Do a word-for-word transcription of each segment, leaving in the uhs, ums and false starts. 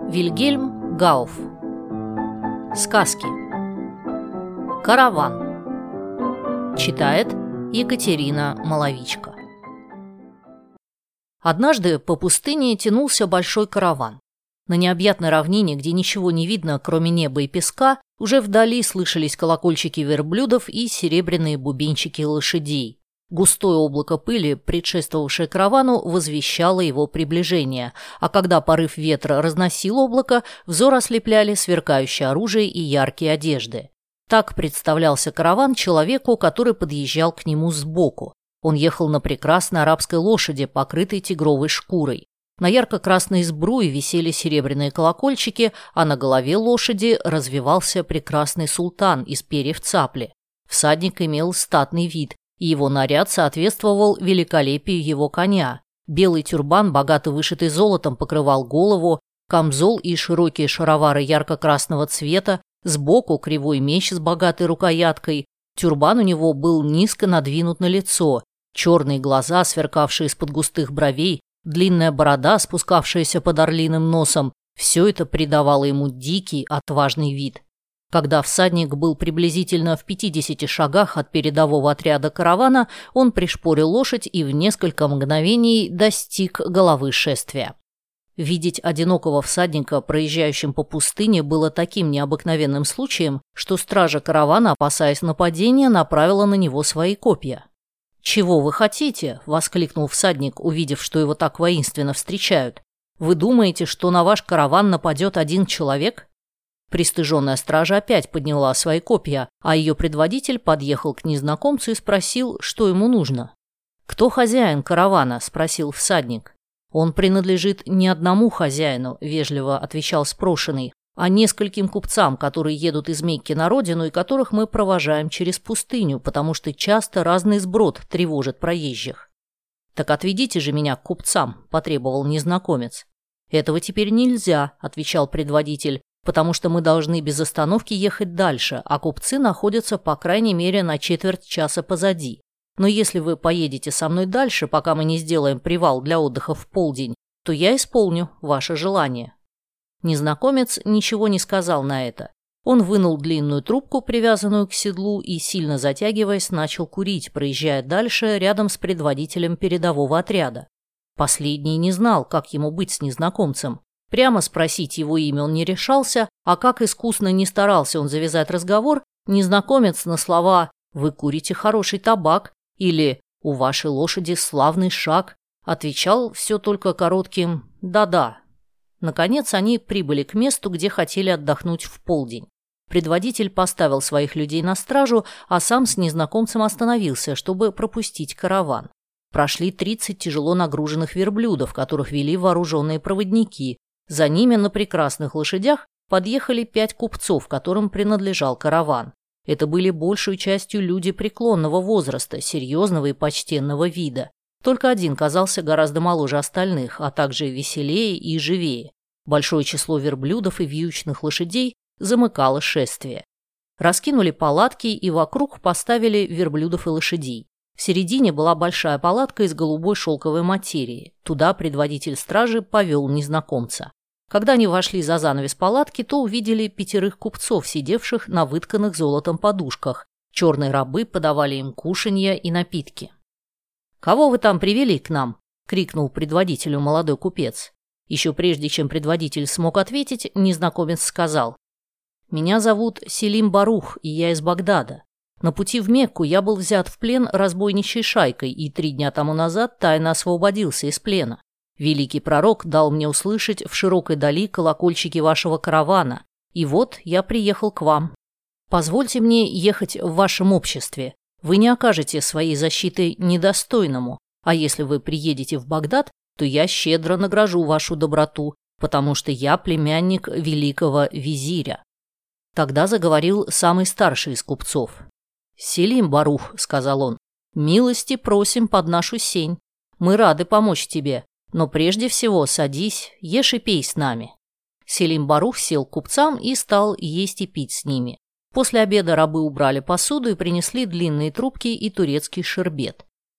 Вильгельм Гауф. Сказки. Караван. Читает Екатерина Маловичка. Однажды по пустыне тянулся большой караван. На необъятной равнине, где ничего не видно, кроме неба и песка, уже вдали слышались колокольчики верблюдов и серебряные бубенчики лошадей. Густое облако пыли, предшествовавшее каравану, возвещало его приближение, а когда порыв ветра разносил облако, взор ослепляли сверкающее оружие и яркие одежды. Так представлялся караван человеку, который подъезжал к нему сбоку. Он ехал на прекрасной арабской лошади, покрытой тигровой шкурой. На ярко-красной сбруе висели серебряные колокольчики, а на голове лошади развивался прекрасный султан из перьев цапли. Всадник имел статный вид, и его наряд соответствовал великолепию его коня. Белый тюрбан, богато вышитый золотом, покрывал голову, камзол и широкие шаровары ярко-красного цвета, сбоку кривой меч с богатой рукояткой. Тюрбан у него был низко надвинут на лицо, черные глаза, сверкавшие из-под густых бровей, длинная борода, спускавшаяся под орлиным носом, все это придавало ему дикий, отважный вид. Когда всадник был приблизительно в пятидесяти шагах от передового отряда каравана, он пришпорил лошадь и в несколько мгновений достиг головы шествия. Видеть одинокого всадника, проезжающим по пустыне, было таким необыкновенным случаем, что стража каравана, опасаясь нападения, направила на него свои копья. «Чего вы хотите?» – воскликнул всадник, увидев, что его так воинственно встречают. «Вы думаете, что на ваш караван нападет один человек?» Пристыженная стража опять подняла свои копья, а ее предводитель подъехал к незнакомцу и спросил, что ему нужно. «Кто хозяин каравана?» – спросил всадник. «Он принадлежит не одному хозяину», – вежливо отвечал спрошенный, «а нескольким купцам, которые едут из Мекки на родину и которых мы провожаем через пустыню, потому что часто разный сброд тревожит проезжих». «Так отведите же меня к купцам», – потребовал незнакомец. «Этого теперь нельзя», – отвечал предводитель, «потому что мы должны без остановки ехать дальше, а купцы находятся по крайней мере на четверть часа позади. Но если вы поедете со мной дальше, пока мы не сделаем привал для отдыха в полдень, то я исполню ваше желание». Незнакомец ничего не сказал на это. Он вынул длинную трубку, привязанную к седлу, и, сильно затягиваясь, начал курить, проезжая дальше рядом с предводителем передового отряда. Последний не знал, как ему быть с незнакомцем. Прямо спросить его имя он не решался, а как искусно не старался он завязать разговор, незнакомец на слова «Вы курите хороший табак» или «У вашей лошади славный шаг» отвечал все только коротким «да-да». Наконец они прибыли к месту, где хотели отдохнуть в полдень. Предводитель поставил своих людей на стражу, а сам с незнакомцем остановился, чтобы пропустить караван. Прошли тридцать тяжело нагруженных верблюдов, которых вели вооруженные проводники. За ними на прекрасных лошадях подъехали пять купцов, которым принадлежал караван. Это были большей частью люди преклонного возраста, серьезного и почтенного вида. Только один казался гораздо моложе остальных, а также веселее и живее. Большое число верблюдов и вьючных лошадей замыкало шествие. Раскинули палатки и вокруг поставили верблюдов и лошадей. В середине была большая палатка из голубой шелковой материи. Туда предводитель стражи повел незнакомца. Когда они вошли за занавес палатки, то увидели пятерых купцов, сидевших на вытканных золотом подушках. Черные рабы подавали им кушанья и напитки. «Кого вы там привели к нам?» – крикнул предводителю молодой купец. Еще прежде, чем предводитель смог ответить, незнакомец сказал: «Меня зовут Селим Барух, и я из Багдада. На пути в Мекку я был взят в плен разбойничьей шайкой и три дня тому назад тайно освободился из плена. Великий пророк дал мне услышать в широкой дали колокольчики вашего каравана, и вот я приехал к вам. Позвольте мне ехать в вашем обществе. Вы не окажете своей защиты недостойному, а если вы приедете в Багдад, то я щедро награжу вашу доброту, потому что я племянник великого визиря». Тогда заговорил самый старший из купцов. «Селим Барух», — сказал он, — «милости просим под нашу сень. Мы рады помочь тебе, но прежде всего садись, ешь и пей с нами». Селим Барух сел к купцам и стал есть и пить с ними. После обеда рабы убрали посуду и принесли длинные трубки и турецкий шербет.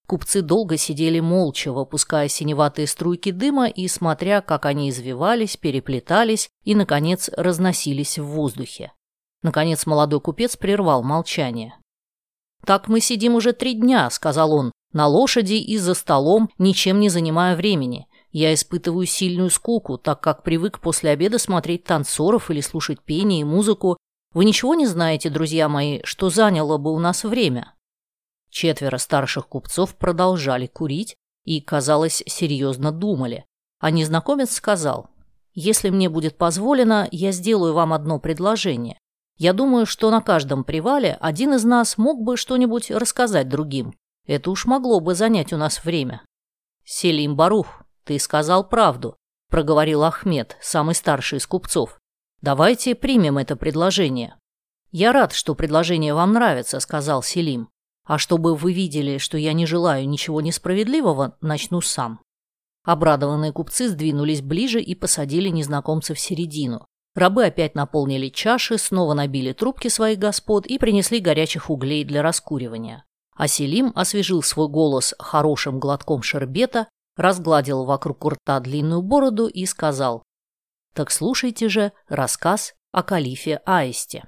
Купцы долго сидели молча, выпуская синеватые струйки дыма и смотря, как они извивались, переплетались и, наконец, разносились в воздухе. Наконец молодой купец прервал молчание. «Так мы сидим уже три дня», — сказал он, — «на лошади и за столом, ничем не занимая времени. Я испытываю сильную скуку, так как привык после обеда смотреть танцоров или слушать пение и музыку. Вы ничего не знаете, друзья мои, что заняло бы у нас время?» Четверо старших купцов продолжали курить и, казалось, серьезно думали. А незнакомец сказал: «Если мне будет позволено, я сделаю вам одно предложение. Я думаю, что на каждом привале один из нас мог бы что-нибудь рассказать другим. Это уж могло бы занять у нас время». «Селим Барух, ты сказал правду», – проговорил Ахмед, самый старший из купцов. «Давайте примем это предложение». «Я рад, что предложение вам нравится», – сказал Селим. «А чтобы вы видели, что я не желаю ничего несправедливого, начну сам». Обрадованные купцы сдвинулись ближе и посадили незнакомца в середину. Рабы опять наполнили чаши, снова набили трубки своих господ и принесли горячих углей для раскуривания. А Селим освежил свой голос хорошим глотком шербета, разгладил вокруг рта длинную бороду и сказал: «Так слушайте же рассказ о калифе Аисте».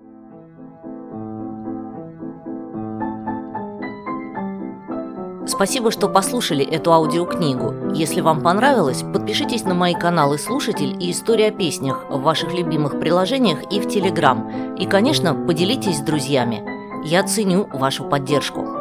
Спасибо, что послушали эту аудиокнигу. Если вам понравилось, подпишитесь на мои каналы «Слушатель» и «История о песнях» в ваших любимых приложениях и в Телеграм. И, конечно, поделитесь с друзьями. Я ценю вашу поддержку.